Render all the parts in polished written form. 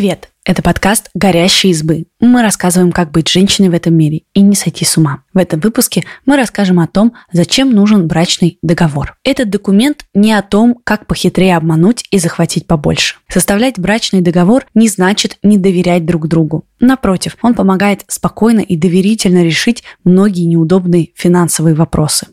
Привет! Это подкаст «Горящие избы». Мы рассказываем, как быть женщиной в этом мире и не сойти с ума. В этом выпуске мы расскажем о том, зачем нужен брачный договор. Этот документ не о том, как похитрее обмануть и захватить побольше. Составлять брачный договор не значит не доверять друг другу. Напротив, он помогает спокойно и доверительно решить многие неудобные финансовые вопросы.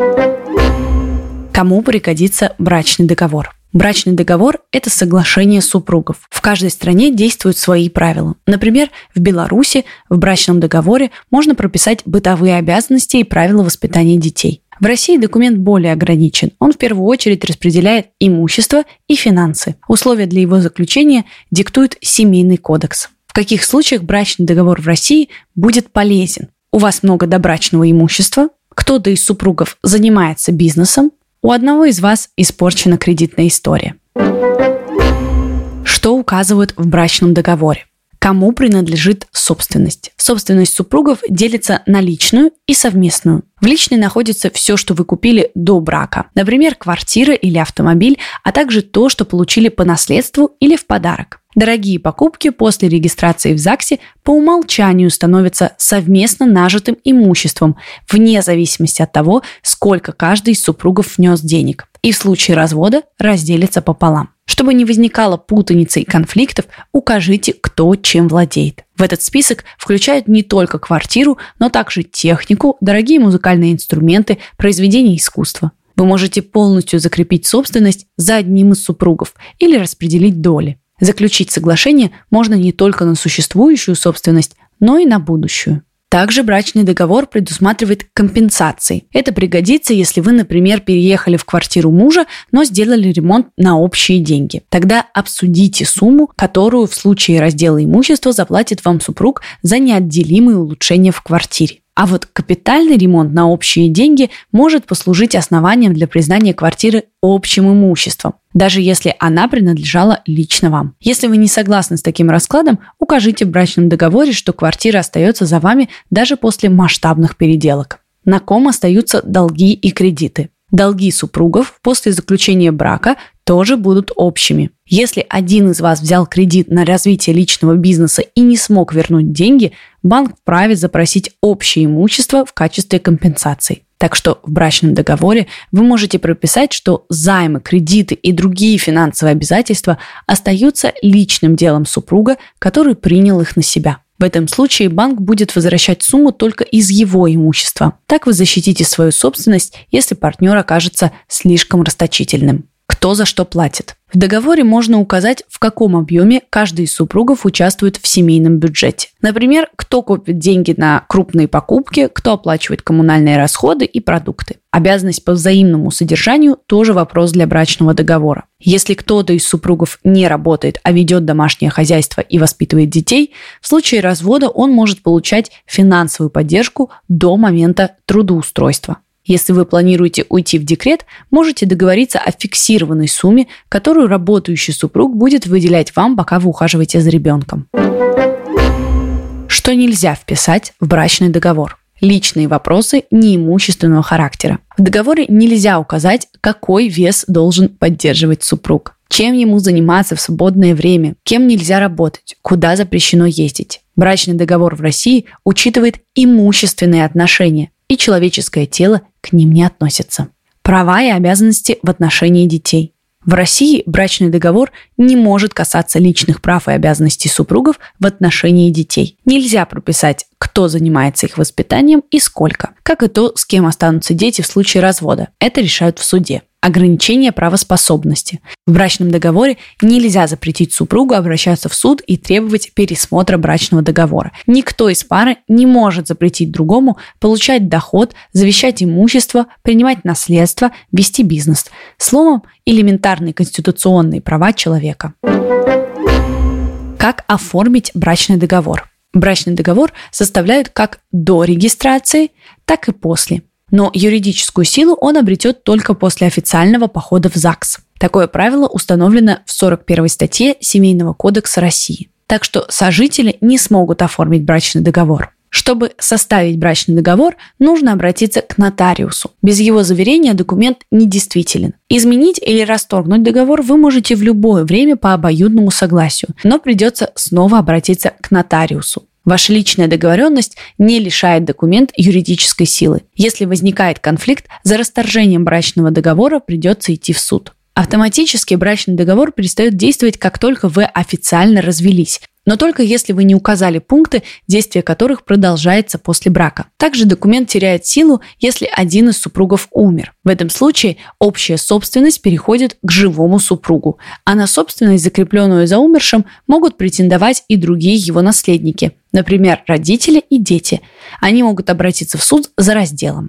Кому пригодится брачный договор? Брачный договор – это соглашение супругов. В каждой стране действуют свои правила. Например, в Беларуси в брачном договоре можно прописать бытовые обязанности и правила воспитания детей. В России документ более ограничен. Он в первую очередь распределяет имущество и финансы. Условия для его заключения диктует Семейный кодекс. В каких случаях брачный договор в России будет полезен? У вас много добрачного имущества, кто-то из супругов занимается бизнесом, у одного из вас испорчена кредитная история. Что указывают в брачном договоре? Кому принадлежит собственность? Собственность супругов делится на личную и совместную. В личной находится все, что вы купили до брака. Например, квартира или автомобиль, а также то, что получили по наследству или в подарок. Дорогие покупки после регистрации в ЗАГСе по умолчанию становятся совместно нажитым имуществом, вне зависимости от того, сколько каждый из супругов внес денег. И в случае развода разделится пополам. Чтобы не возникало путаницы и конфликтов, укажите, кто чем владеет. В этот список включают не только квартиру, но также технику, дорогие музыкальные инструменты, произведения искусства. Вы можете полностью закрепить собственность за одним из супругов или распределить доли. Заключить соглашение можно не только на существующую собственность, но и на будущую. Также брачный договор предусматривает компенсации. Это пригодится, если вы, например, переехали в квартиру мужа, но сделали ремонт на общие деньги. Тогда обсудите сумму, которую в случае раздела имущества заплатит вам супруг за неотделимые улучшения в квартире. А вот капитальный ремонт на общие деньги может послужить основанием для признания квартиры общим имуществом, даже если она принадлежала лично вам. Если вы не согласны с таким раскладом, укажите в брачном договоре, что квартира остается за вами даже после масштабных переделок. На ком остаются долги и кредиты? Долги супругов после заключения брака тоже будут общими. Если один из вас взял кредит на развитие личного бизнеса и не смог вернуть деньги, банк вправе запросить общее имущество в качестве компенсации. Так что в брачном договоре вы можете прописать, что займы, кредиты и другие финансовые обязательства остаются личным делом супруга, который принял их на себя. В этом случае банк будет возвращать сумму только из его имущества. Так вы защитите свою собственность, если партнер окажется слишком расточительным. Кто за что платит? В договоре можно указать, в каком объеме каждый из супругов участвует в семейном бюджете. Например, кто копит деньги на крупные покупки, кто оплачивает коммунальные расходы и продукты. Обязанность по взаимному содержанию – тоже вопрос для брачного договора. Если кто-то из супругов не работает, а ведет домашнее хозяйство и воспитывает детей, в случае развода он может получать финансовую поддержку до момента трудоустройства. Если вы планируете уйти в декрет, можете договориться о фиксированной сумме, которую работающий супруг будет выделять вам, пока вы ухаживаете за ребенком. Что нельзя вписать в брачный договор? Личные вопросы неимущественного характера. В договоре нельзя указать, какой вес должен поддерживать супруг, чем ему заниматься в свободное время, кем нельзя работать, куда запрещено ездить. Брачный договор в России учитывает имущественные отношения, и человеческое тело к ним не относится. Права и обязанности в отношении детей. В России брачный договор не может касаться личных прав и обязанностей супругов в отношении детей. Нельзя прописать, кто занимается их воспитанием и сколько, как и то, с кем останутся дети в случае развода. Это решают в суде. Ограничение правоспособности. В брачном договоре нельзя запретить супругу обращаться в суд и требовать пересмотра брачного договора. Никто из пары не может запретить другому получать доход, завещать имущество, принимать наследство, вести бизнес. Словом, элементарные конституционные права человека. Как оформить брачный договор? Брачный договор составляют как до регистрации, так и после. Но юридическую силу он обретет только после официального похода в ЗАГС. Такое правило установлено в 41 статье Семейного кодекса России. Так что сожители не смогут оформить брачный договор. Чтобы составить брачный договор, нужно обратиться к нотариусу. Без его заверения документ недействителен. Изменить или расторгнуть договор вы можете в любое время по обоюдному согласию, но придется снова обратиться к нотариусу. Ваша личная договоренность не лишает документ юридической силы. Если возникает конфликт, за расторжением брачного договора придется идти в суд. Автоматически брачный договор перестает действовать, как только вы официально развелись, но только если вы не указали пункты, действие которых продолжается после брака. Также документ теряет силу, если один из супругов умер. В этом случае общая собственность переходит к живому супругу, а на собственность, закрепленную за умершим, могут претендовать и другие его наследники, например, родители и дети. Они могут обратиться в суд за разделом.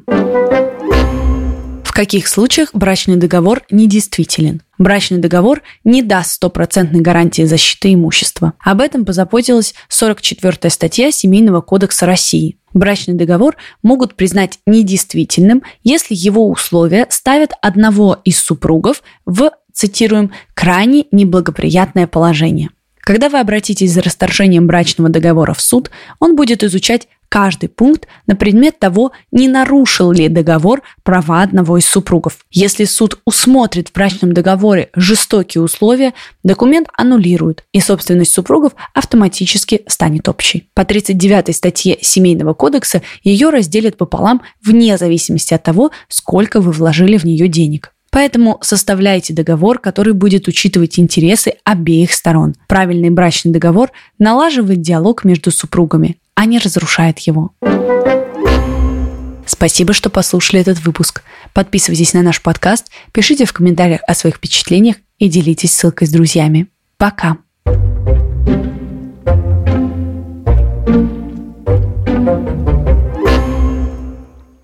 В каких случаях брачный договор недействителен? Брачный договор не даст стопроцентной гарантии защиты имущества. Об этом позаботилась 44-я статья Семейного кодекса России. Брачный договор могут признать недействительным, если его условия ставят одного из супругов в, цитируем, «крайне неблагоприятное положение». Когда вы обратитесь за расторжением брачного договора в суд, он будет изучать каждый пункт на предмет того, не нарушил ли договор права одного из супругов. Если суд усмотрит в брачном договоре жестокие условия, документ аннулируют, и собственность супругов автоматически станет общей. По 39-й статье Семейного кодекса ее разделят пополам вне зависимости от того, сколько вы вложили в нее денег. Поэтому составляйте договор, который будет учитывать интересы обеих сторон. Правильный брачный договор налаживает диалог между супругами, а не разрушает его. Спасибо, что послушали этот выпуск. Подписывайтесь на наш подкаст, пишите в комментариях о своих впечатлениях и делитесь ссылкой с друзьями. Пока!